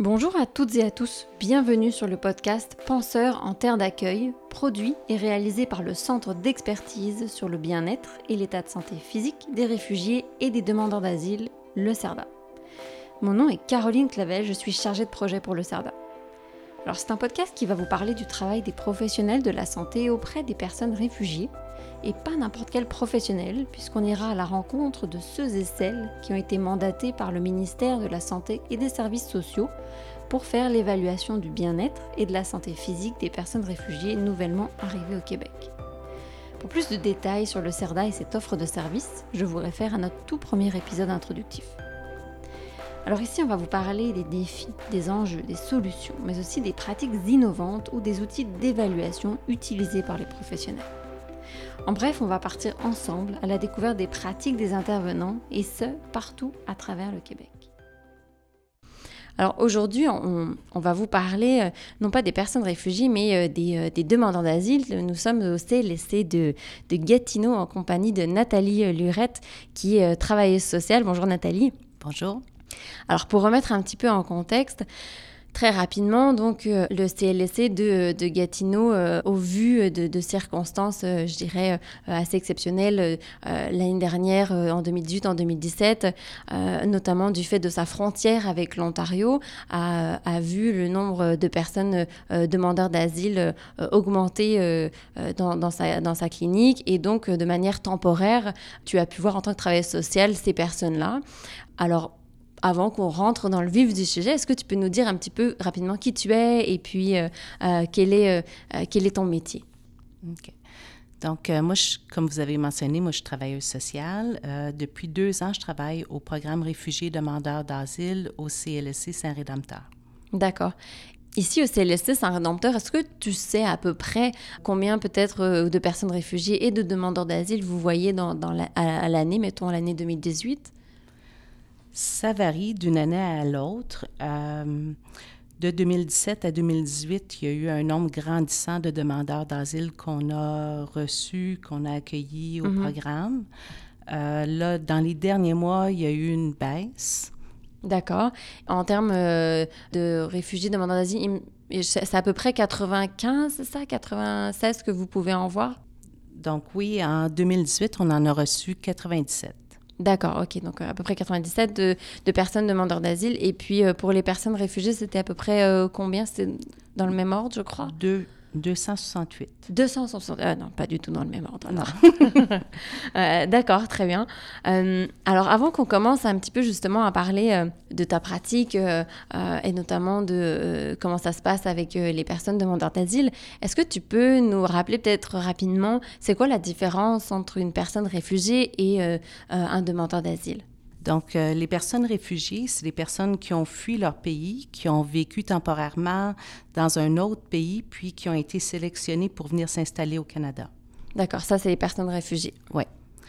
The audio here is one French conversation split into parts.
Bonjour à toutes et à tous, bienvenue sur le podcast Penseurs en terre d'accueil, produit et réalisé par le Centre d'expertise sur le bien-être et l'état de santé physique des réfugiés et des demandeurs d'asile, le CERDA. Mon nom est Caroline Clavel, je suis chargée de projet pour le CERDA. Alors c'est un podcast qui va vous parler du travail des professionnels de la santé auprès des personnes réfugiées, et pas n'importe quel professionnel, puisqu'on ira à la rencontre de ceux et celles qui ont été mandatés par le ministère de la Santé et des Services sociaux pour faire l'évaluation du bien-être et de la santé physique des personnes réfugiées nouvellement arrivées au Québec. Pour plus de détails sur le CERDA et cette offre de services, je vous réfère à notre tout premier épisode introductif. Alors ici, on va vous parler des défis, des enjeux, des solutions, mais aussi des pratiques innovantes ou des outils d'évaluation utilisés par les professionnels. En bref, on va partir ensemble à la découverte des pratiques des intervenants, et ce, partout à travers le Québec. Alors aujourd'hui, on va vous parler, non pas des personnes réfugiées, mais des demandeurs d'asile. Nous sommes au CLSC de Gatineau en compagnie de Nathalie Lurette, qui est travailleuse sociale. Bonjour Nathalie. Bonjour. Alors pour remettre un petit peu en contexte, très rapidement, donc le CLSC de Gatineau, au vu de circonstances, je dirais, assez exceptionnelles, l'année dernière, en 2018, en 2017, notamment du fait de sa frontière avec l'Ontario, a vu le nombre de personnes demandeurs d'asile augmenter dans sa clinique. Et donc, de manière temporaire, tu as pu voir en tant que travailleuse sociale ces personnes-là. Alors, avant qu'on rentre dans le vif du sujet, est-ce que tu peux nous dire un petit peu rapidement qui tu es et puis quel est ton métier? OK. Donc, moi, comme vous avez mentionné, moi, je suis travailleuse sociale. Depuis 2 ans, je travaille au programme Réfugiés demandeurs d'asile au CLSC Saint-Rédempteur. D'accord. Ici, au CLSC Saint-Rédempteur, est-ce que tu sais à peu près combien peut-être de personnes réfugiées et de demandeurs d'asile vous voyez à l'année, mettons l'année 2018? Ça varie d'une année à l'autre. De 2017 à 2018, il y a eu un nombre grandissant de demandeurs d'asile qu'on a reçus, qu'on a accueillis au programme. Là, dans les derniers mois, il y a eu une baisse. D'accord. En termes de réfugiés demandeurs d'asile, c'est à peu près 95, c'est ça? 96 que vous pouvez en voir? Donc oui, en 2018, on en a reçu 97. D'accord, OK. Donc, à peu près 97 de personnes demandeurs d'asile. Et puis, pour les personnes réfugiées, c'était à peu près combien? C'était dans le même ordre, je crois? 268. 268. Non, pas du tout dans le même ordre. Non. D'accord, très bien. Alors, avant qu'on commence un petit peu justement à parler de ta pratique et notamment de comment ça se passe avec les personnes demandeurs d'asile, est-ce que tu peux nous rappeler peut-être rapidement, c'est quoi la différence entre une personne réfugiée et un demandeur d'asile? Donc, les personnes réfugiées, c'est des personnes qui ont fui leur pays, qui ont vécu temporairement dans un autre pays, puis qui ont été sélectionnées pour venir s'installer au Canada. D'accord, ça, c'est les personnes réfugiées. Oui.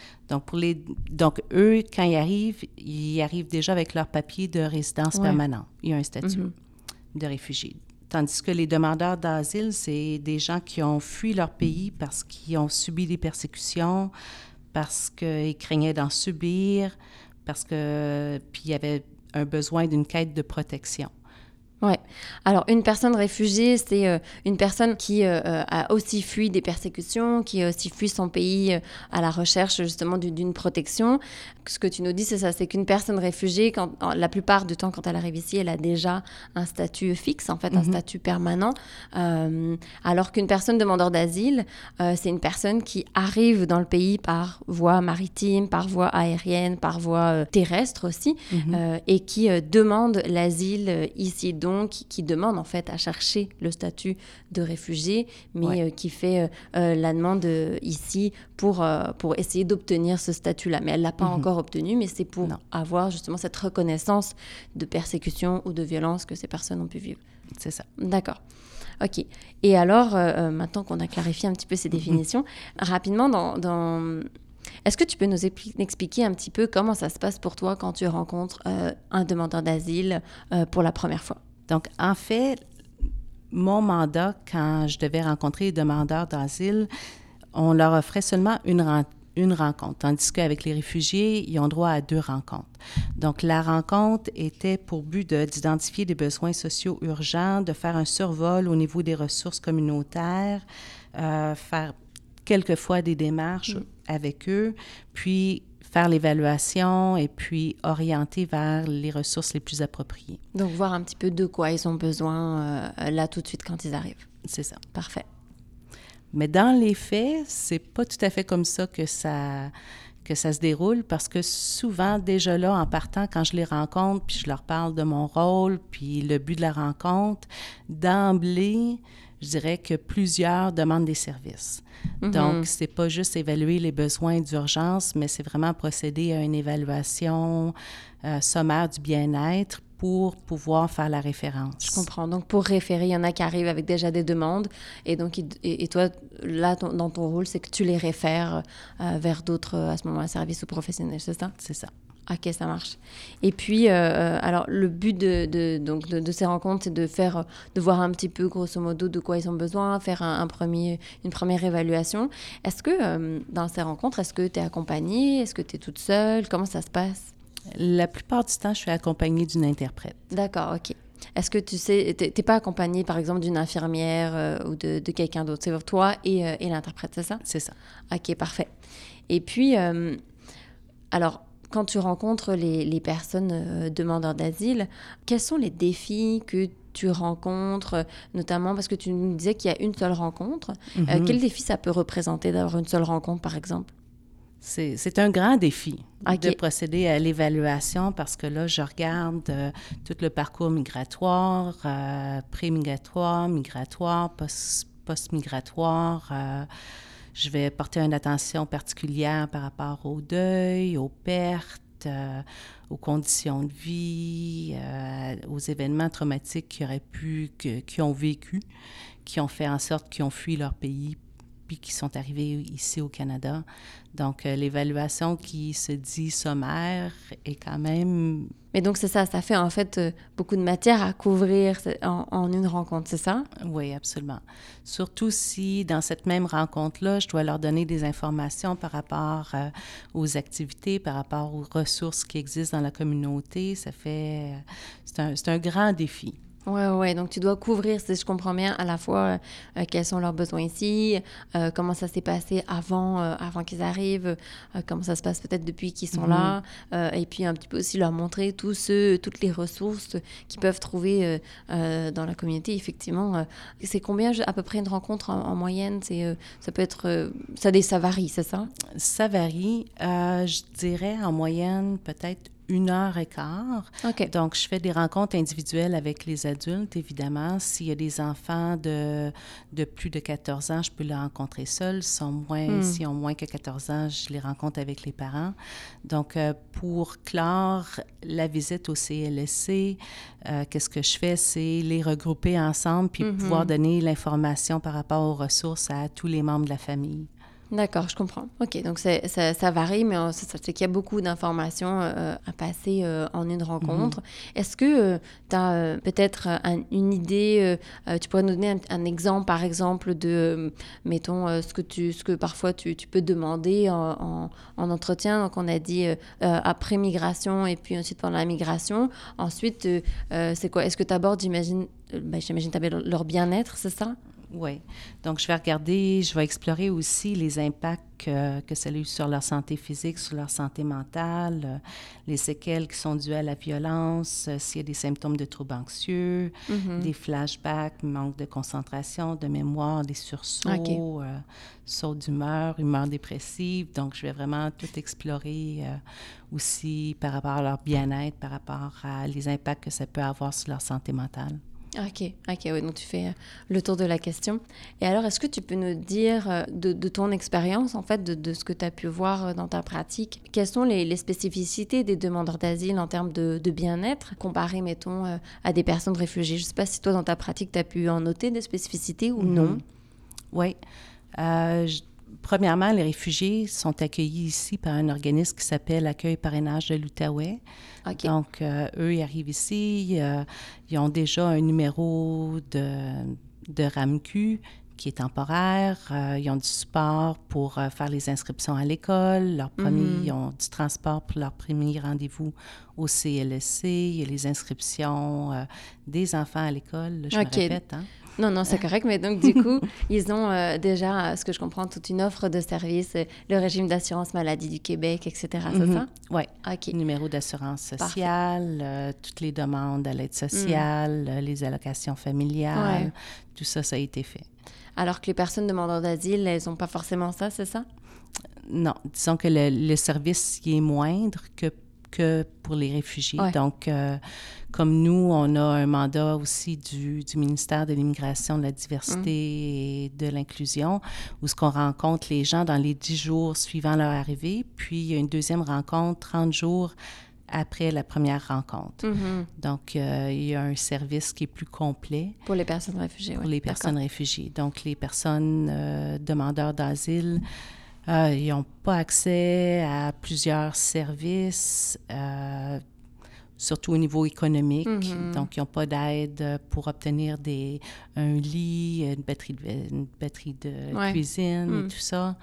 Donc, eux, quand ils arrivent déjà avec leur papier de résidence permanente. Il y a un statut de réfugié. Tandis que les demandeurs d'asile, c'est des gens qui ont fui leur pays parce qu'ils ont subi des persécutions, parce qu'ils craignaient d'en subir, puis il y avait un besoin d'une quête de protection. Oui. Alors, une personne réfugiée, c'est une personne qui a aussi fui des persécutions, qui a aussi fui son pays à la recherche justement d'une protection. Ce que tu nous dis, c'est ça, c'est qu'une personne réfugiée, la plupart du temps, quand elle arrive ici, elle a déjà un statut fixe, en fait, un statut permanent. Alors qu'une personne demandeur d'asile, c'est une personne qui arrive dans le pays par voie maritime, par voie aérienne, par voie terrestre aussi, et qui demande l'asile ici. Donc, qui demande en fait à chercher le statut de réfugié, mais qui fait la demande ici pour essayer d'obtenir ce statut-là. Mais elle ne l'a pas encore obtenu, mais c'est pour avoir justement cette reconnaissance de persécution ou de violence que ces personnes ont pu vivre. C'est ça. D'accord. OK. Et alors, maintenant qu'on a clarifié un petit peu ces définitions, rapidement, est-ce que tu peux nous expliquer un petit peu comment ça se passe pour toi quand tu rencontres un demandeur d'asile pour la première fois? Donc, en fait, mon mandat, quand je devais rencontrer les demandeurs d'asile, on leur offrait seulement une rencontre, tandis qu'avec les réfugiés, ils ont droit à 2 rencontres. Donc, la rencontre était pour but d'identifier des besoins sociaux urgents, de faire un survol au niveau des ressources communautaires, faire quelquefois des démarches avec eux, puis faire l'évaluation et puis orienter vers les ressources les plus appropriées. Donc, voir un petit peu de quoi ils ont besoin là tout de suite quand ils arrivent. C'est ça. Parfait. Mais dans les faits, c'est pas tout à fait comme ça que ça se déroule, parce que souvent, déjà là, en partant, quand je les rencontre, puis je leur parle de mon rôle, puis le but de la rencontre, d'emblée, je dirais que plusieurs demandent des services. Donc, c'est pas juste évaluer les besoins d'urgence, mais c'est vraiment procéder à une évaluation sommaire du bien-être pour pouvoir faire la référence. Je comprends. Donc, pour référer, il y en a qui arrivent avec déjà des demandes. Et donc, et toi, là, dans ton rôle, c'est que tu les réfères vers d'autres, à ce moment-là, services ou professionnels, c'est ça? C'est ça. OK, ça marche. Et puis, alors, le but de ces rencontres, c'est de voir un petit peu, grosso modo, de quoi ils ont besoin, faire une première évaluation. Est-ce que, dans ces rencontres, est-ce que tu es accompagnée? Est-ce que tu es toute seule? Comment ça se passe? La plupart du temps, je suis accompagnée d'une interprète. D'accord, OK. Est-ce que tu sais, t'es pas accompagnée, par exemple, d'une infirmière ou de quelqu'un d'autre? C'est toi et l'interprète, c'est ça? C'est ça. OK, parfait. Et puis, alors, quand tu rencontres les personnes demandeurs d'asile, quels sont les défis que tu rencontres, notamment parce que tu nous disais qu'il y a une seule rencontre. Quel défi ça peut représenter d'avoir une seule rencontre, par exemple? C'est un grand défi de procéder à l'évaluation, parce que là, je regarde tout le parcours migratoire, pré-migratoire, migratoire, post-migratoire. Je vais porter une attention particulière par rapport au deuil, aux pertes, aux conditions de vie, aux événements traumatiques qui ont vécu, qui ont fait en sorte qu'ils ont fui leur pays puis qui sont arrivés ici au Canada. Donc, l'évaluation qui se dit sommaire est quand même... Mais donc, c'est ça fait en fait beaucoup de matière à couvrir en une rencontre, c'est ça? Oui, absolument. Surtout si, dans cette même rencontre-là, je dois leur donner des informations par rapport aux activités, par rapport aux ressources qui existent dans la communauté. C'est un grand défi. Ouais. Donc, tu dois couvrir, si je comprends bien, à la fois quels sont leurs besoins ici, comment ça s'est passé avant qu'ils arrivent, comment ça se passe peut-être depuis qu'ils sont là, et puis un petit peu aussi leur montrer toutes les ressources qu'ils peuvent trouver dans la communauté. Effectivement, c'est combien à peu près une rencontre en moyenne? Ça peut être... ça varie, c'est ça? Ça varie. Je dirais en moyenne peut-être 1h15. Okay. Donc, je fais des rencontres individuelles avec les adultes, évidemment. S'il y a des enfants de plus de 14 ans, je peux les rencontrer seuls. S'ils ont moins que 14 ans, je les rencontre avec les parents. Donc, pour clore la visite au CLSC, qu'est-ce que je fais? C'est les regrouper ensemble puis pouvoir donner l'information par rapport aux ressources à tous les membres de la famille. D'accord, je comprends. OK, donc ça varie, mais ça fait qu'il y a beaucoup d'informations à passer en une rencontre. Est-ce que tu as peut-être une idée, tu pourrais nous donner un exemple, par exemple, de, mettons, ce que parfois tu peux demander en entretien. Donc, on a dit après migration et puis ensuite pendant la migration. Ensuite, c'est quoi? Est-ce que tu abordes, j'imagine, leur bien-être, c'est ça? Oui. Donc, je vais explorer aussi les impacts que ça a eu sur leur santé physique, sur leur santé mentale, les séquelles qui sont dues à la violence, s'il y a des symptômes de troubles anxieux, des flashbacks, manque de concentration, de mémoire, des sursauts, sauts d'humeur, humeur dépressive. Donc, je vais vraiment tout explorer aussi par rapport à leur bien-être, par rapport à les impacts que ça peut avoir sur leur santé mentale. OK, oui, donc tu fais le tour de la question. Et alors, est-ce que tu peux nous dire de ton expérience, en fait, de ce que tu as pu voir dans ta pratique, quelles sont les spécificités des demandeurs d'asile en termes de bien-être, comparé, mettons, à des personnes réfugiées? Je ne sais pas si toi, dans ta pratique, tu as pu en noter des spécificités ou non? Oui. Premièrement, les réfugiés sont accueillis ici par un organisme qui s'appelle Accueil Parrainage de l'Outaouais. Okay. Donc, eux, ils arrivent ici, ils ont déjà un numéro de RAMQ, qui est temporaire. Ils ont du support pour faire les inscriptions à l'école. Ils ont du transport pour leur premier rendez-vous au CLSC. Il y a les inscriptions des enfants à l'école. Là, je me répète, hein? Non, c'est correct, mais donc du coup, ils ont déjà, ce que je comprends, toute une offre de services, le régime d'assurance maladie du Québec, etc., c'est ça? Oui. OK. Numéro d'assurance sociale, toutes les demandes à l'aide sociale, les allocations familiales, tout ça, ça a été fait. Alors que les personnes demandeurs d'asile, elles n'ont pas forcément ça, c'est ça? Non, disons que le service y est moindre que pour les réfugiés. Ouais. Donc, comme nous, on a un mandat aussi du ministère de l'Immigration, de la Diversité et de l'Inclusion, où ce qu'on rencontre les gens dans les 10 jours suivant leur arrivée, puis il y a une deuxième rencontre 30 jours après la première rencontre. Donc, il y a un service qui est plus complet. Pour les personnes réfugiées, Pour les personnes réfugiées. Donc, les personnes demandeurs d'asile, ils n'ont pas accès à plusieurs services, surtout au niveau économique. Donc, ils n'ont pas d'aide pour obtenir un lit, une batterie de cuisine et tout ça.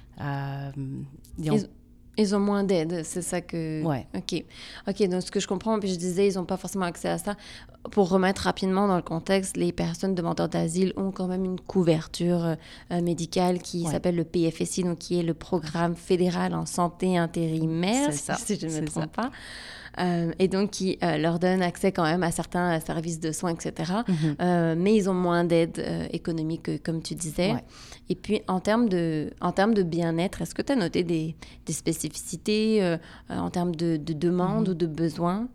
Ils ont moins d'aide, c'est ça que... Oui. OK, donc ce que je comprends, puis je disais, ils n'ont pas forcément accès à ça. Pour remettre rapidement dans le contexte, les personnes demandeurs d'asile ont quand même une couverture médicale qui s'appelle le PFSI, donc qui est le Programme fédéral en santé intérimaire, si je ne me trompe pas. Et donc qui leur donne accès quand même à certains services de soins, etc. Mais ils ont moins d'aide économique, comme tu disais. Ouais. Et puis, en termes de bien-être, est-ce que tu as noté des spécificités en termes de demandes ou de besoins?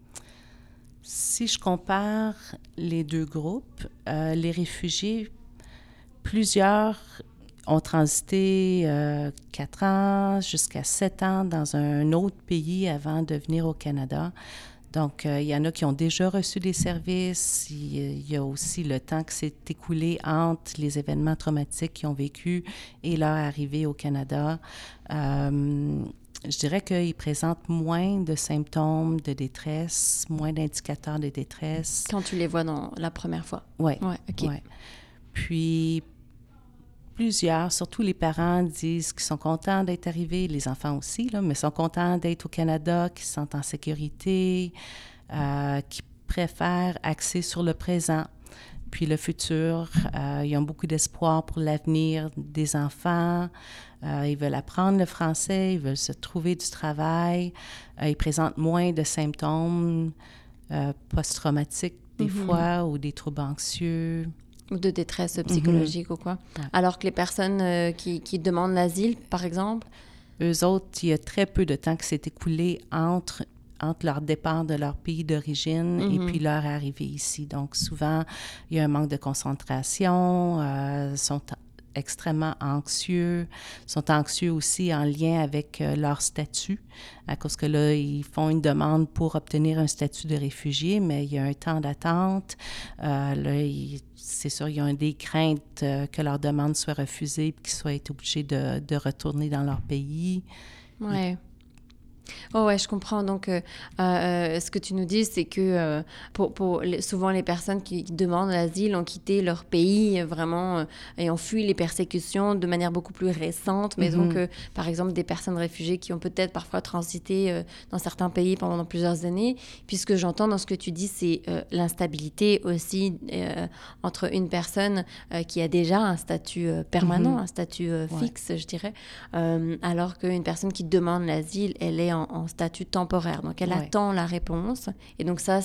Si je compare les deux groupes, les réfugiés, plusieurs ont transité 4 ans jusqu'à 7 ans dans un autre pays avant de venir au Canada. Donc, il y en a qui ont déjà reçu des services. Il y a aussi le temps qui s'est écoulé entre les événements traumatiques qu'ils ont vécus et leur arrivée au Canada. Je dirais qu'ils présentent moins de symptômes de détresse, moins d'indicateurs de détresse. Quand tu les vois dans la première fois? Oui. OK. Ouais. Puis, plusieurs, surtout les parents, disent qu'ils sont contents d'être arrivés, les enfants aussi, là, mais sont contents d'être au Canada, qu'ils se sentent en sécurité, qui préfèrent axer sur le présent. Puis le futur, ils ont beaucoup d'espoir pour l'avenir des enfants. Ils veulent apprendre le français, ils veulent se trouver du travail. Ils présentent moins de symptômes post-traumatiques des fois ou des troubles anxieux. Ou de détresse psychologique ou quoi. Ouais. Alors que les personnes qui demandent l'asile, par exemple? Eux autres, il y a très peu de temps qui s'est écoulé entre leur départ de leur pays d'origine et puis leur arrivée ici. Donc, souvent, il y a un manque de concentration, sont extrêmement anxieux, sont anxieux aussi en lien avec leur statut, à cause que là, ils font une demande pour obtenir un statut de réfugié, mais il y a un temps d'attente. Là, c'est sûr, ils ont des craintes que leur demande soit refusée et qu'ils soient obligés de retourner dans leur pays. Oui. Oh ouais, je comprends. Donc, ce que tu nous dis, c'est que souvent les personnes qui demandent l'asile ont quitté leur pays vraiment et ont fui les persécutions de manière beaucoup plus récente. Mais donc, par exemple, des personnes réfugiées qui ont peut-être parfois transité dans certains pays pendant plusieurs années. Puis ce que j'entends dans ce que tu dis, c'est l'instabilité aussi entre une personne qui a déjà un statut permanent, un statut fixe, je dirais, alors qu'une personne qui demande l'asile, elle est en statut temporaire. Donc, elle attend la réponse. Et donc, ça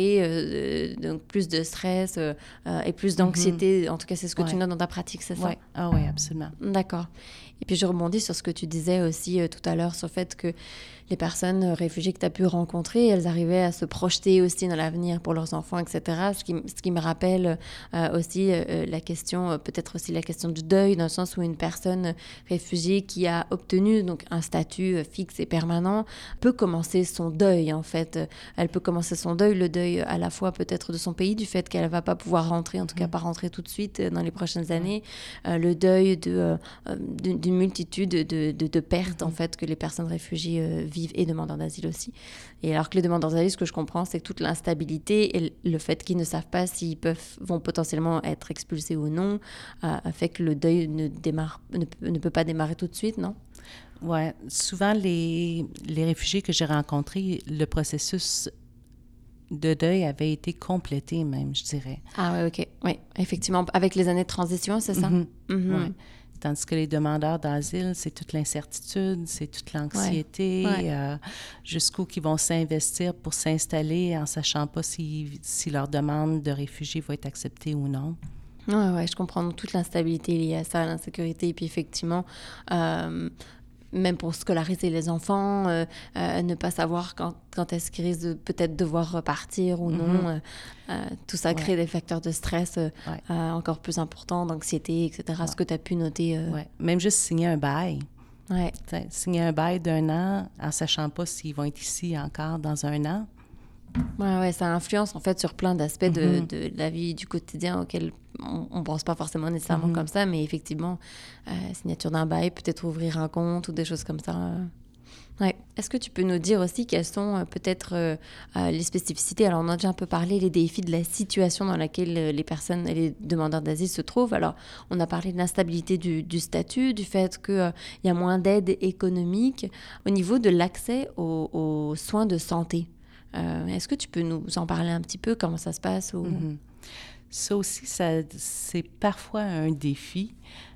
crée donc plus de stress et plus d'anxiété. En tout cas, c'est ce que tu notes dans ta pratique, c'est ça? Ah oui, absolument. D'accord. Et puis, je rebondis sur ce que tu disais aussi tout à l'heure, sur le fait que les personnes réfugiées que tu as pu rencontrer, elles arrivaient à se projeter aussi dans l'avenir pour leurs enfants, etc. Ce qui me rappelle aussi la question, peut-être aussi la question du deuil, dans le sens où une personne réfugiée qui a obtenu donc un statut fixe et permanent peut commencer son deuil, en fait. Elle peut commencer son deuil, le deuil à la fois peut-être de son pays, du fait qu'elle ne va pas pouvoir rentrer, en tout cas pas rentrer tout de suite dans les prochaines années, le deuil d'une multitude de pertes, en fait, que les personnes réfugiées vivent et demandeurs d'asile aussi. Et alors que les demandeurs d'asile, ce que je comprends, c'est que toute l'instabilité et le fait qu'ils ne savent pas s'ils vont potentiellement être expulsés ou non, fait que le deuil ne peut pas démarrer tout de suite, non? Oui, souvent les réfugiés que j'ai rencontrés, le processus de deuil avait été complété même, je dirais. Ah oui, OK. Oui, effectivement. Avec les années de transition, c'est ça? Oui. Tandis que les demandeurs d'asile, c'est toute l'incertitude, c'est toute l'anxiété, jusqu'où ils vont s'investir pour s'installer en sachant pas si leur demande de réfugié va être acceptée ou non. Oui, je comprends toute l'instabilité liée à ça, à l'insécurité. Et puis effectivement, même pour scolariser les enfants, ne pas savoir quand est-ce qu'ils risquent de peut-être devoir repartir ou non. Tout ça crée des facteurs de stress encore plus importants, d'anxiété, etc. Ce que tu as pu noter. Même juste signer un bail. Ouais. Signer un bail d'1 an en sachant pas s'ils vont être ici encore dans 1 an. Oui, ça influence en fait sur plein d'aspects de la vie du quotidien auxquels on ne pense pas forcément nécessairement comme ça, mais effectivement, signature d'un bail, peut-être ouvrir un compte ou des choses comme ça. Ouais. Est-ce que tu peux nous dire aussi quelles sont peut-être les spécificités? Alors, on a déjà un peu parlé, les défis de la situation dans laquelle les personnes, les demandeurs d'asile se trouvent. Alors, on a parlé de l'instabilité du statut, du fait qu'il y a moins d'aide économique. Au niveau de l'accès aux soins de santé, est-ce que tu peux nous en parler un petit peu, comment ça se passe? Ça aussi, c'est parfois un défi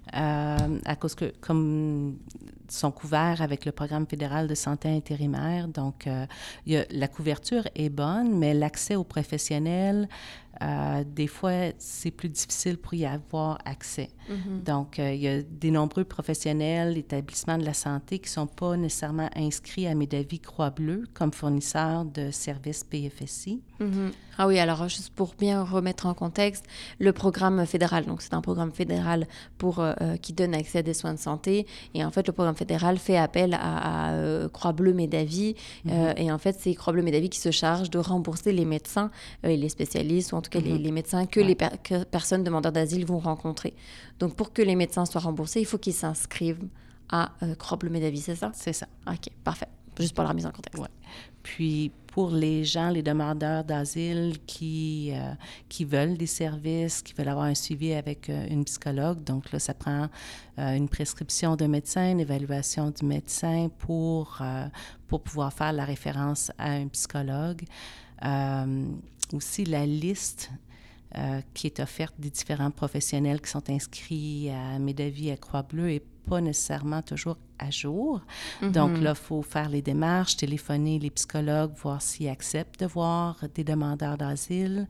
à cause que, comme sont couverts avec le programme fédéral de santé intérimaire, donc la couverture est bonne, mais l'accès aux professionnels, des fois, c'est plus difficile pour y avoir accès. Donc, il y a des nombreux professionnels, établissements de la santé qui ne sont pas nécessairement inscrits à MEDAVI Croix-Bleue comme fournisseurs de services PFSI. Ah oui, alors juste pour bien remettre en contexte, le programme fédéral, donc c'est un programme fédéral qui donne accès à des soins de santé. Et en fait, le programme fédéral fait appel à Croix-Bleue MEDAVI. Et en fait, c'est Croix-Bleue MEDAVI qui se charge de rembourser les médecins et les spécialistes, ou en tout cas les médecins que les personnes demandeurs d'asile vont rencontrer. Donc, pour que les médecins soient remboursés, il faut qu'ils s'inscrivent à Croix-Bleue MEDAVI, c'est ça? C'est ça. OK, parfait. Juste pour la remise en contexte. Ouais. Puis, pour les gens, les demandeurs d'asile qui veulent des services, qui veulent avoir un suivi avec une psychologue, donc là, ça prend une prescription de médecin, une évaluation du médecin pour pouvoir faire la référence à un psychologue. Aussi, la liste qui est offerte des différents professionnels qui sont inscrits à MEDAVI, à Croix-Bleue, n'est pas nécessairement toujours à jour. Donc là, il faut faire les démarches, téléphoner les psychologues, voir s'ils acceptent de voir des demandeurs d'asile.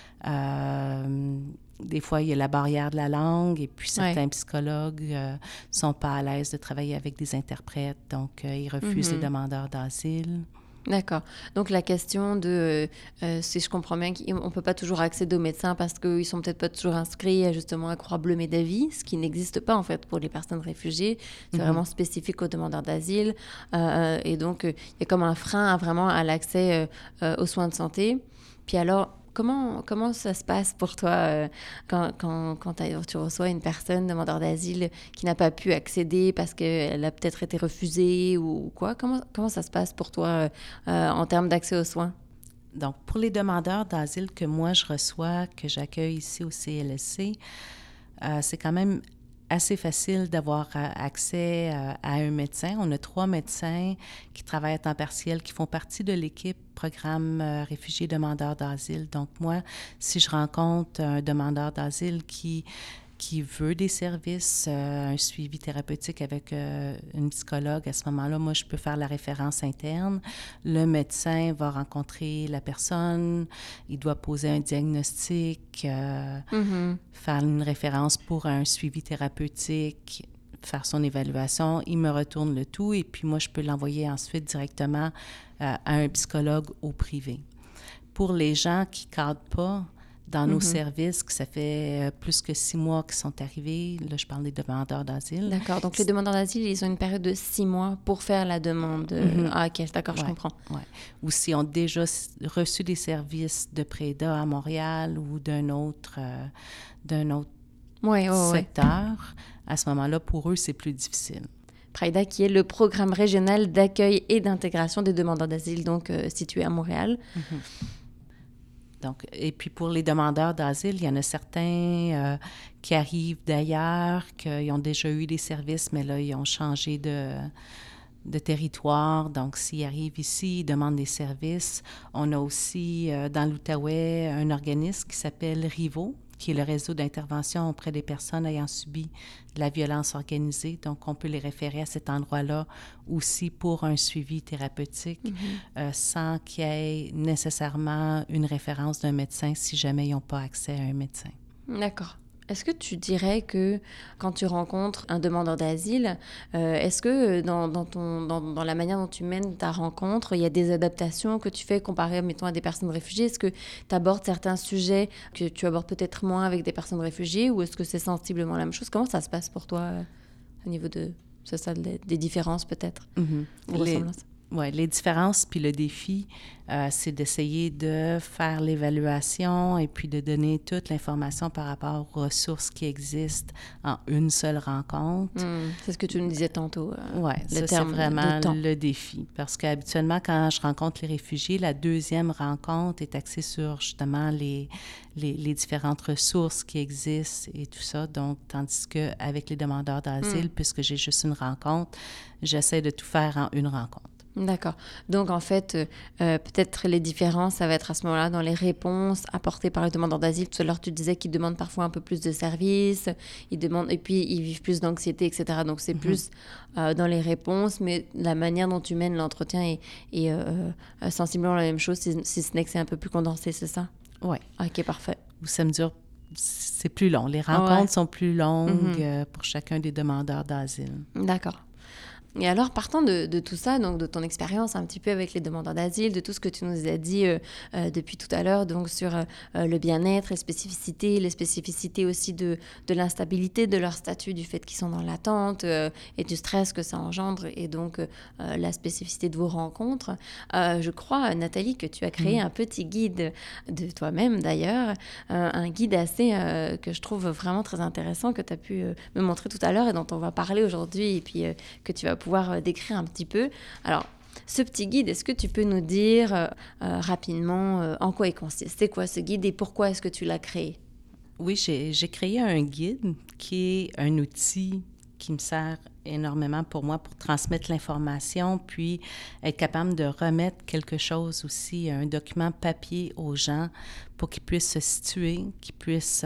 Des fois, il y a la barrière de la langue et puis certains psychologues ne sont pas à l'aise de travailler avec des interprètes, donc ils refusent les demandeurs d'asile. D'accord. Donc, la question de, si je comprends bien, on ne peut pas toujours accéder aux médecins parce qu'ils ne sont peut-être pas toujours inscrits justement à Croix-Bleue MEDAVI, ce qui n'existe pas en fait pour les personnes réfugiées. C'est vraiment spécifique aux demandeurs d'asile. Et donc, il y a comme un frein vraiment à l'accès aux soins de santé. Puis alors, comment ça se passe pour toi quand tu reçois une personne demandeur d'asile qui n'a pas pu accéder parce qu'elle a peut-être été refusée ou quoi? Comment ça se passe pour toi en termes d'accès aux soins? Donc, pour les demandeurs d'asile que moi je reçois, que j'accueille ici au CLSC, c'est quand même assez facile d'avoir accès à un médecin. On a 3 médecins qui travaillent à temps partiel, qui font partie de l'équipe programme réfugiés demandeurs d'asile. Donc moi, si je rencontre un demandeur d'asile qui veut des services, un suivi thérapeutique avec une psychologue, à ce moment-là, moi, je peux faire la référence interne. Le médecin va rencontrer la personne, il doit poser un diagnostic, faire une référence pour un suivi thérapeutique, faire son évaluation. Il me retourne le tout et puis moi, je peux l'envoyer ensuite directement à un psychologue au privé. Pour les gens qui ne cadrent pas dans nos services, que ça fait plus que 6 mois qu'ils sont arrivés. Là, je parle des demandeurs d'asile. D'accord. Donc, les demandeurs d'asile, ils ont une période de 6 mois pour faire la demande. Ah, OK. D'accord, je comprends. Ouais. Ou s'ils ont déjà reçu des services de PREDA à Montréal ou d'un autre secteur, à ce moment-là, pour eux, c'est plus difficile. PRAIDA, qui est le programme régional d'accueil et d'intégration des demandeurs d'asile, donc situé à Montréal. Donc, et puis pour les demandeurs d'asile, il y en a certains qui arrivent d'ailleurs, qui ont déjà eu des services, mais là, ils ont changé de territoire. Donc, s'ils arrivent ici, ils demandent des services. On a aussi dans l'Outaouais un organisme qui s'appelle RIVO, qui est le réseau d'intervention auprès des personnes ayant subi de la violence organisée. Donc, on peut les référer à cet endroit-là aussi pour un suivi thérapeutique sans qu'il y ait nécessairement une référence d'un médecin si jamais ils n'ont pas accès à un médecin. D'accord. Est-ce que tu dirais que quand tu rencontres un demandeur d'asile, est-ce que dans la manière dont tu mènes ta rencontre, il y a des adaptations que tu fais comparé, mettons, à des personnes réfugiées? Est-ce que tu abordes certains sujets que tu abordes peut-être moins avec des personnes réfugiées ou est-ce que c'est sensiblement la même chose? Comment ça se passe pour toi au niveau de ça, des différences peut-être? Ou ressemblances? Oui, les différences puis le défi, c'est d'essayer de faire l'évaluation et puis de donner toute l'information par rapport aux ressources qui existent en une seule rencontre. C'est ce que tu nous disais tantôt. Oui, ça, c'est vraiment le défi. Parce qu'habituellement, quand je rencontre les réfugiés, la deuxième rencontre est axée sur justement les différentes ressources qui existent et tout ça. Donc, tandis qu'avec les demandeurs d'asile, puisque j'ai juste une rencontre, j'essaie de tout faire en une rencontre. D'accord. Donc, en fait, peut-être les différences, ça va être à ce moment-là dans les réponses apportées par les demandeurs d'asile. Tout à l'heure, tu disais qu'ils demandent parfois un peu plus de services, ils demandent, et puis ils vivent plus d'anxiété, etc. Donc, c'est plus dans les réponses, mais la manière dont tu mènes l'entretien est sensiblement la même chose, si ce n'est que c'est un peu plus condensé, c'est ça? Oui. OK, parfait. Ça me dure... C'est plus long. Les rencontres sont plus longues pour chacun des demandeurs d'asile. D'accord. Et alors, partant de tout ça, donc de ton expérience un petit peu avec les demandeurs d'asile, de tout ce que tu nous as dit depuis tout à l'heure, donc sur le bien-être, les spécificités aussi de l'instabilité de leur statut, du fait qu'ils sont dans l'attente et du stress que ça engendre, et donc la spécificité de vos rencontres. Je crois, Nathalie, que tu as créé un petit guide de toi-même d'ailleurs, un guide assez que je trouve vraiment très intéressant, que tu as pu me montrer tout à l'heure et dont on va parler aujourd'hui, et puis que tu vas pouvoir décrire un petit peu. Alors, ce petit guide, est-ce que tu peux nous dire rapidement en quoi il consiste? C'est quoi ce guide et pourquoi est-ce que tu l'as créé? Oui, j'ai créé un guide qui est un outil qui me sert énormément pour moi pour transmettre l'information, puis être capable de remettre quelque chose aussi, un document papier aux gens pour qu'ils puissent se situer, qu'ils puissent...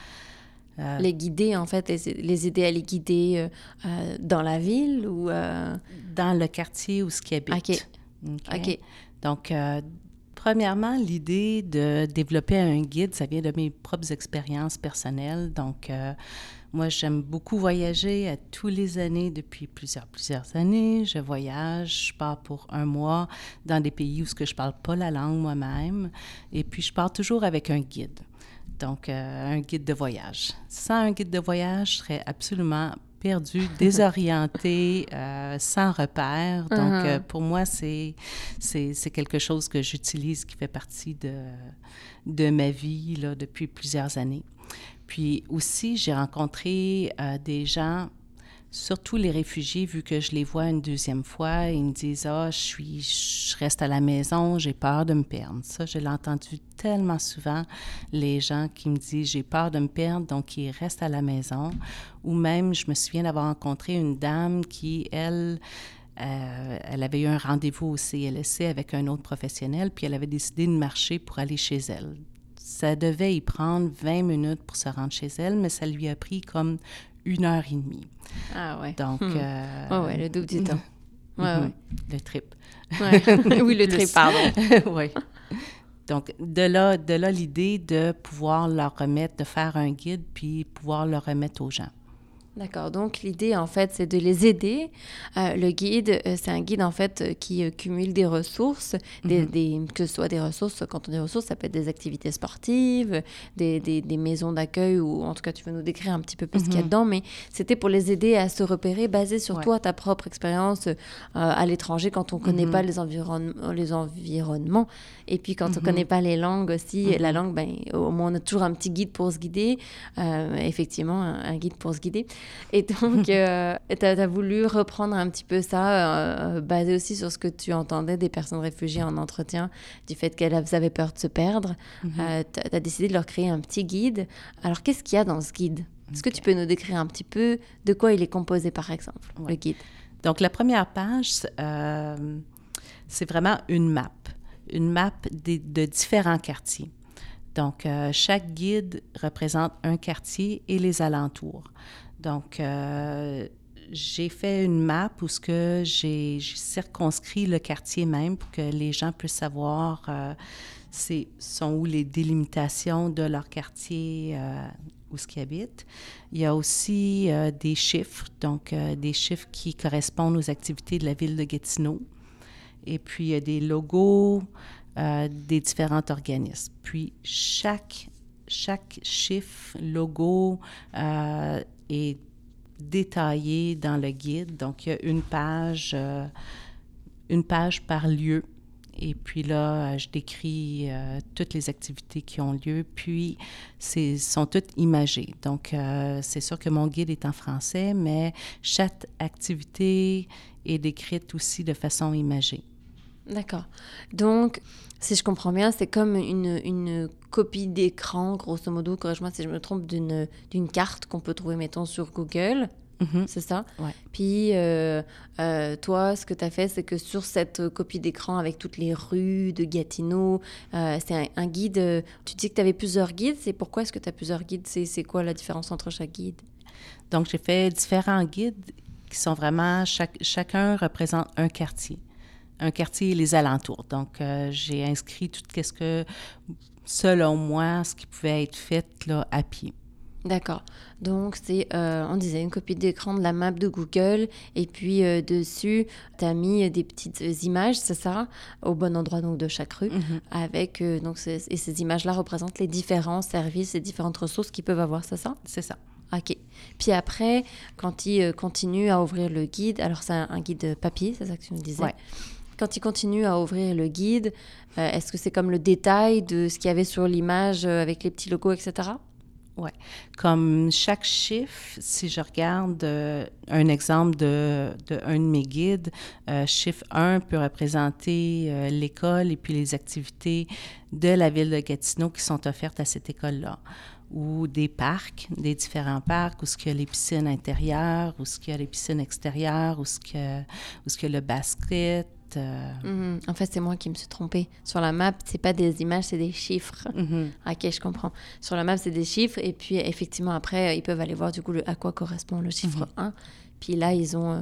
les guider, en fait, les aider à les guider dans la ville ou... Dans le quartier où ils habitent. OK. Donc, premièrement, l'idée de développer un guide, ça vient de mes propres expériences personnelles. Donc, moi, j'aime beaucoup voyager à tous les années depuis plusieurs années. Je voyage, je pars pour 1 mois dans des pays où je ne parle pas la langue moi-même. Et puis, je pars toujours avec un guide. Donc, un guide de voyage. Sans un guide de voyage, je serais absolument perdue, désorientée, sans repère. Donc, pour moi, c'est quelque chose que j'utilise, qui fait partie de ma vie là, depuis plusieurs années. Puis aussi, j'ai rencontré des gens, surtout les réfugiés, vu que je les vois une deuxième fois, ils me disent « Ah, je reste à la maison, j'ai peur de me perdre. » Ça, je l'ai entendu tellement souvent, les gens qui me disent « J'ai peur de me perdre, donc ils restent à la maison. » Ou même, je me souviens d'avoir rencontré une dame qui, elle avait eu un rendez-vous au CLSC avec un autre professionnel, puis elle avait décidé de marcher pour aller chez elle. Ça devait y prendre 20 minutes pour se rendre chez elle, mais ça lui a pris comme 1h30. Ah ouais. Donc... ouais, le double du temps. Ouais. Le trip. Ouais. Oui, le trip, pardon. Oui. Donc, de là l'idée de pouvoir leur remettre, de faire un guide, puis pouvoir le remettre aux gens. D'accord. Donc, l'idée, en fait, c'est de les aider. Le guide, c'est un guide, en fait, qui cumule des ressources, que ce soit des ressources, quand on dit ressources, ça peut être des activités sportives, des maisons d'accueil, ou en tout cas, tu veux nous décrire un petit peu plus ce qu'il y a dedans, mais c'était pour les aider à se repérer, basé sur toi, ta propre expérience à l'étranger, quand on ne connaît pas les environnements, et puis quand on ne connaît pas les langues aussi, la langue, ben, au moins, on a toujours un petit guide pour se guider, effectivement, un guide pour se guider. Et donc, tu as voulu reprendre un petit peu ça, basé aussi sur ce que tu entendais des personnes réfugiées en entretien, du fait qu'elles avaient peur de se perdre. Tu as décidé de leur créer un petit guide. Alors, qu'est-ce qu'il y a dans ce guide? Est-ce que tu peux nous décrire un petit peu de quoi il est composé, par exemple, le guide? Donc, la première page, c'est vraiment une map de différents quartiers. Donc, chaque guide représente un quartier et les alentours. Donc, j'ai fait une map où j'ai circonscrit le quartier même pour que les gens puissent savoir sont où les délimitations de leur quartier, où ce qu'ils habitent. Il y a aussi des chiffres, donc des chiffres qui correspondent aux activités de la ville de Gatineau. Et puis, il y a des logos des différents organismes. Puis, chaque chiffre, logo est détaillé dans le guide. Donc, il y a une page par lieu. Et puis là, je décris toutes les activités qui ont lieu. Puis, sont toutes imagées. Donc, c'est sûr que mon guide est en français, mais chaque activité est décrite aussi de façon imagée. D'accord. Donc, si je comprends bien, c'est comme une copie d'écran, grosso modo, corrige-moi si je me trompe, d'une carte qu'on peut trouver, mettons, sur Google. C'est ça? Ouais. Puis, toi, ce que tu as fait, c'est que sur cette copie d'écran avec toutes les rues de Gatineau, c'est un guide. Tu dis que tu avais plusieurs guides. C'est pourquoi est-ce que tu as plusieurs guides? C'est quoi la différence entre chaque guide? Donc, j'ai fait différents guides qui sont vraiment... Chacun représente un quartier et les alentours. Donc, j'ai inscrit tout ce que, selon moi, ce qui pouvait être fait là, à pied. D'accord. Donc, c'est, on disait, une copie d'écran de la map de Google. Et puis, dessus, tu as mis des petites images, c'est ça, au bon endroit donc, de chaque rue. Avec, et ces images-là représentent les différents services et différentes ressources qu'ils peuvent avoir, c'est ça? C'est ça. OK. Puis après, quand ils continuent à ouvrir le guide, alors c'est un guide papier, c'est ça que tu me disais? Ouais. Quand ils continuent à ouvrir le guide, est-ce que c'est comme le détail de ce qu'il y avait sur l'image avec les petits logos, etc.? Oui. Comme chaque chiffre, si je regarde un exemple d'un de mes guides, chiffre 1 peut représenter l'école et puis les activités de la ville de Gatineau qui sont offertes à cette école-là. Ou des parcs, des différents parcs, où il y a les piscines intérieures, où il y a les piscines extérieures, où il y a le basket. En fait, c'est moi qui me suis trompée. Sur la map, c'est pas des images, c'est des chiffres. OK, je comprends. Sur la map, c'est des chiffres. Et puis, effectivement, après, ils peuvent aller voir du coup à quoi correspond le chiffre 1. Puis là, ils ont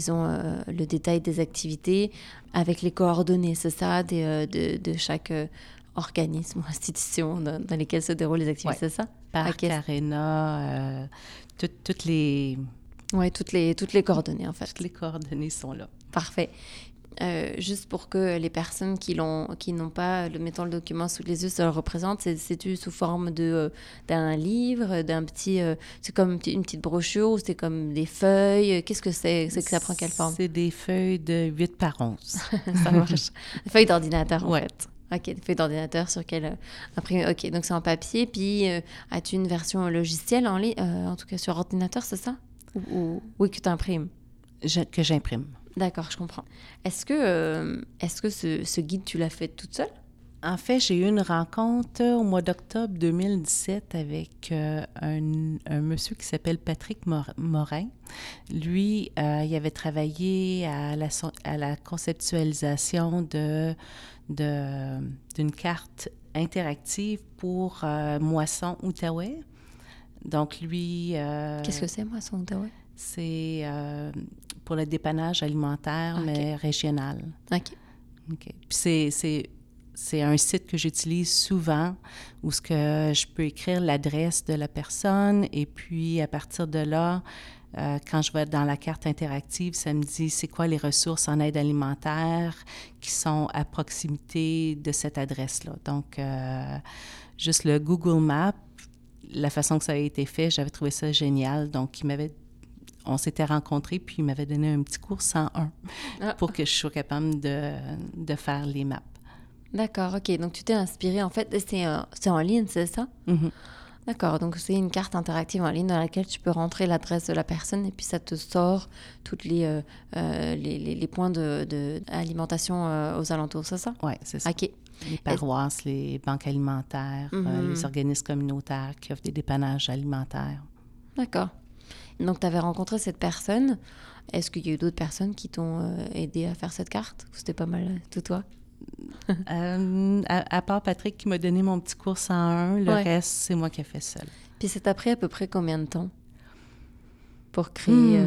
le détail des activités avec les coordonnées, c'est ça, de chaque organisme ou institution dans lesquelles se déroulent les activités, c'est ça? Parc, aréna, toutes les... Oui, toutes les coordonnées, en fait. Toutes les coordonnées sont là. Parfait. Juste pour que les personnes qui n'ont pas, mettons le document sous les yeux, ça le représente, c'est-tu sous forme d'un livre, d'un petit... c'est comme une petite brochure ou c'est comme des feuilles? Qu'est-ce que c'est? C'est que ça prend quelle forme? C'est des feuilles de 8 par 11. Ça marche. Des feuilles d'ordinateur, en ouais. fait. OK, des feuilles d'ordinateur sur lesquelles imprimer. OK, donc c'est en papier. Puis, as-tu une version logicielle en ligne, en tout cas sur ordinateur, c'est ça? Oui, que tu imprimes? Que j'imprime. D'accord, je comprends. Est-ce que ce guide, tu l'as fait toute seule? En fait, j'ai eu une rencontre au mois d'octobre 2017 avec un monsieur qui s'appelle Patrick Morin. Lui, il avait travaillé à la conceptualisation d'une carte interactive pour Moisson Outaouais. Donc, lui... Qu'est-ce que c'est, Moisson Outaouais? C'est pour le dépannage alimentaire, mais régional. OK. Puis c'est un site que j'utilise souvent où je peux écrire l'adresse de la personne et puis à partir de là, quand je vais dans la carte interactive, ça me dit c'est quoi les ressources en aide alimentaire qui sont à proximité de cette adresse-là. Donc, juste le Google Maps, la façon que ça a été fait, j'avais trouvé ça génial. Donc, on s'était rencontrés, puis il m'avait donné un petit cours 101 pour que je sois capable de faire les maps. D'accord, OK. Donc, tu t'es inspirée. En fait, c'est en ligne, c'est ça? D'accord, donc c'est une carte interactive en ligne dans laquelle tu peux rentrer l'adresse de la personne et puis ça te sort toutes les points d'alimentation aux alentours, c'est ça? Oui, c'est ça. OK. Les paroisses, les banques alimentaires, les organismes communautaires qui offrent des dépannages alimentaires. D'accord. Donc, tu avais rencontré cette personne. Est-ce qu'il y a eu d'autres personnes qui t'ont aidé à faire cette carte? Ou c'était pas mal tout toi? À part Patrick qui m'a donné mon petit cours 101, le reste, c'est moi qui ai fait seul. Puis ça t'a pris à peu près combien de temps pour créer...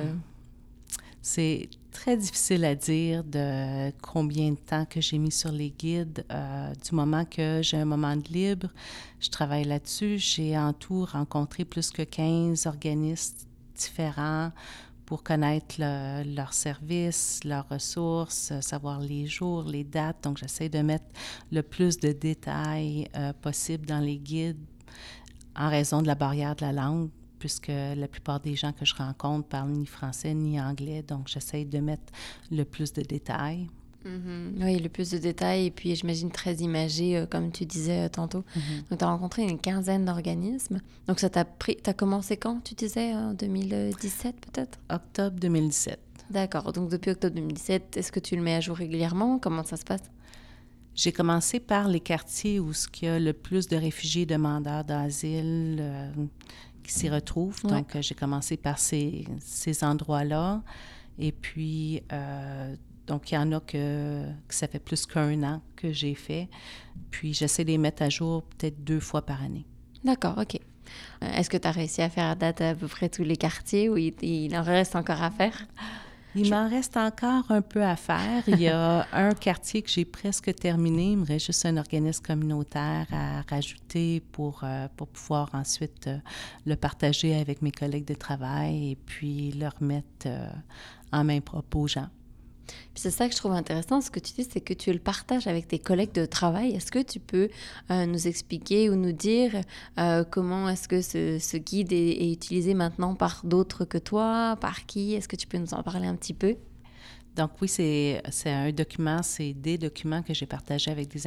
C'est très difficile à dire de combien de temps que j'ai mis sur les guides. Du moment que j'ai un moment de libre, je travaille là-dessus. J'ai en tout rencontré plus que 15 organismes différents pour connaître leurs services, leurs ressources, savoir les jours, les dates. Donc, j'essaie de mettre le plus de détails possible dans les guides en raison de la barrière de la langue, puisque la plupart des gens que je rencontre parlent ni français ni anglais. Donc, j'essaie de mettre le plus de détails. Oui, le plus de détails et puis j'imagine très imagé, comme tu disais tantôt. Donc, tu as rencontré une quinzaine d'organismes. Donc, ça t'a pris... Tu as commencé quand, tu disais, en 2017 peut-être? Octobre 2017. D'accord. Donc, depuis octobre 2017, est-ce que tu le mets à jour régulièrement? Comment ça se passe? J'ai commencé par les quartiers où il y a le plus de réfugiés demandeurs d'asile qui s'y retrouvent. Ouais. Donc, j'ai commencé par ces endroits-là. Et puis... donc, il y en a que ça fait plus qu'1 an que j'ai fait. Puis, j'essaie de les mettre à jour peut-être 2 fois par année. D'accord, OK. Est-ce que tu as réussi à faire à date à peu près tous les quartiers ou il en reste encore à faire? Il m'en reste encore un peu à faire. Il y a un quartier que j'ai presque terminé. Il me reste juste un organisme communautaire à rajouter pour pouvoir ensuite le partager avec mes collègues de travail et puis le remettre en main propre aux gens. Puis c'est ça que je trouve intéressant, ce que tu dis, c'est que tu le partages avec tes collègues de travail. Est-ce que tu peux nous expliquer ou nous dire comment est-ce que ce guide est utilisé maintenant par d'autres que toi? Par qui? Est-ce que tu peux nous en parler un petit peu? Donc oui, c'est un document, c'est des documents que j'ai partagés avec des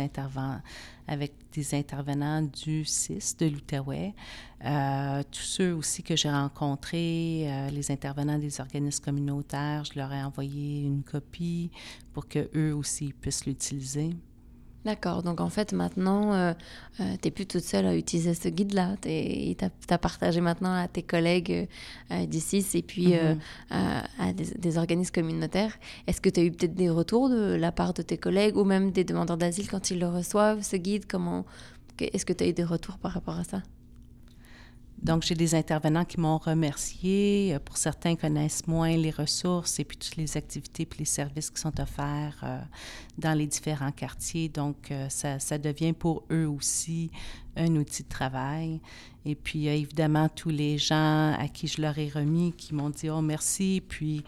intervenants du CIS de l'Outaouais. Tous ceux aussi que j'ai rencontrés, les intervenants des organismes communautaires, je leur ai envoyé une copie pour qu'eux aussi puissent l'utiliser. D'accord. Donc, en fait, maintenant, tu n'es plus toute seule à utiliser ce guide-là. Tu as partagé maintenant à tes collègues d'ici et puis à des organismes communautaires. Est-ce que tu as eu peut-être des retours de la part de tes collègues ou même des demandeurs d'asile quand ils le reçoivent, ce guide? Est-ce que tu as eu des retours par rapport à ça? Donc, j'ai des intervenants qui m'ont remercié. Pour certains, connaissent moins les ressources et puis toutes les activités et les services qui sont offerts dans les différents quartiers. Donc, ça devient pour eux aussi un outil de travail. Et puis, il y a évidemment tous les gens à qui je leur ai remis qui m'ont dit « Oh, merci », puis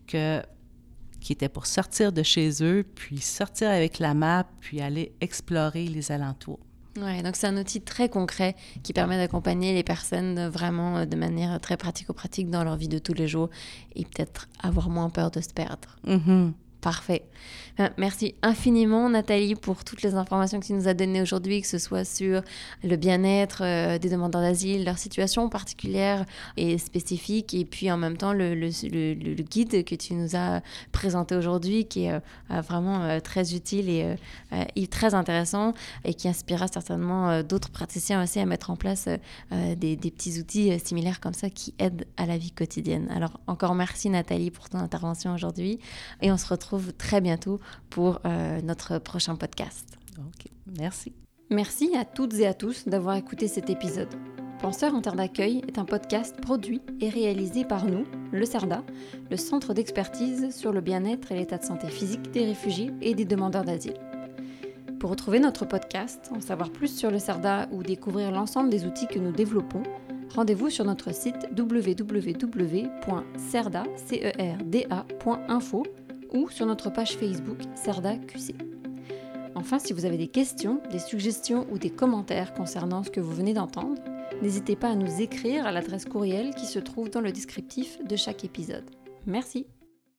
qui étaient pour sortir de chez eux, puis sortir avec la map, puis aller explorer les alentours. Oui, donc c'est un outil très concret qui permet d'accompagner les personnes vraiment de manière très pratico-pratique dans leur vie de tous les jours et peut-être avoir moins peur de se perdre. Parfait. Merci infiniment, Nathalie, pour toutes les informations que tu nous as données aujourd'hui, que ce soit sur le bien-être des demandeurs d'asile, leur situation particulière et spécifique, et puis en même temps le guide que tu nous as présenté aujourd'hui, qui est vraiment très utile et très intéressant, et qui inspirera certainement d'autres praticiens aussi à mettre en place des petits outils similaires comme ça qui aident à la vie quotidienne. Alors encore merci, Nathalie, pour ton intervention aujourd'hui, et on se retrouve très bientôt pour notre prochain podcast. OK, merci. Merci à toutes et à tous d'avoir écouté cet épisode. Penseurs en terre d'accueil est un podcast produit et réalisé par nous, le CERDA, le Centre d'expertise sur le bien-être et l'état de santé physique des réfugiés et des demandeurs d'asile. Pour retrouver notre podcast, en savoir plus sur le CERDA ou découvrir l'ensemble des outils que nous développons, rendez-vous sur notre site www.cerda.info ou sur notre page Facebook CERDA QC. Enfin, si vous avez des questions, des suggestions ou des commentaires concernant ce que vous venez d'entendre, n'hésitez pas à nous écrire à l'adresse courriel qui se trouve dans le descriptif de chaque épisode. Merci.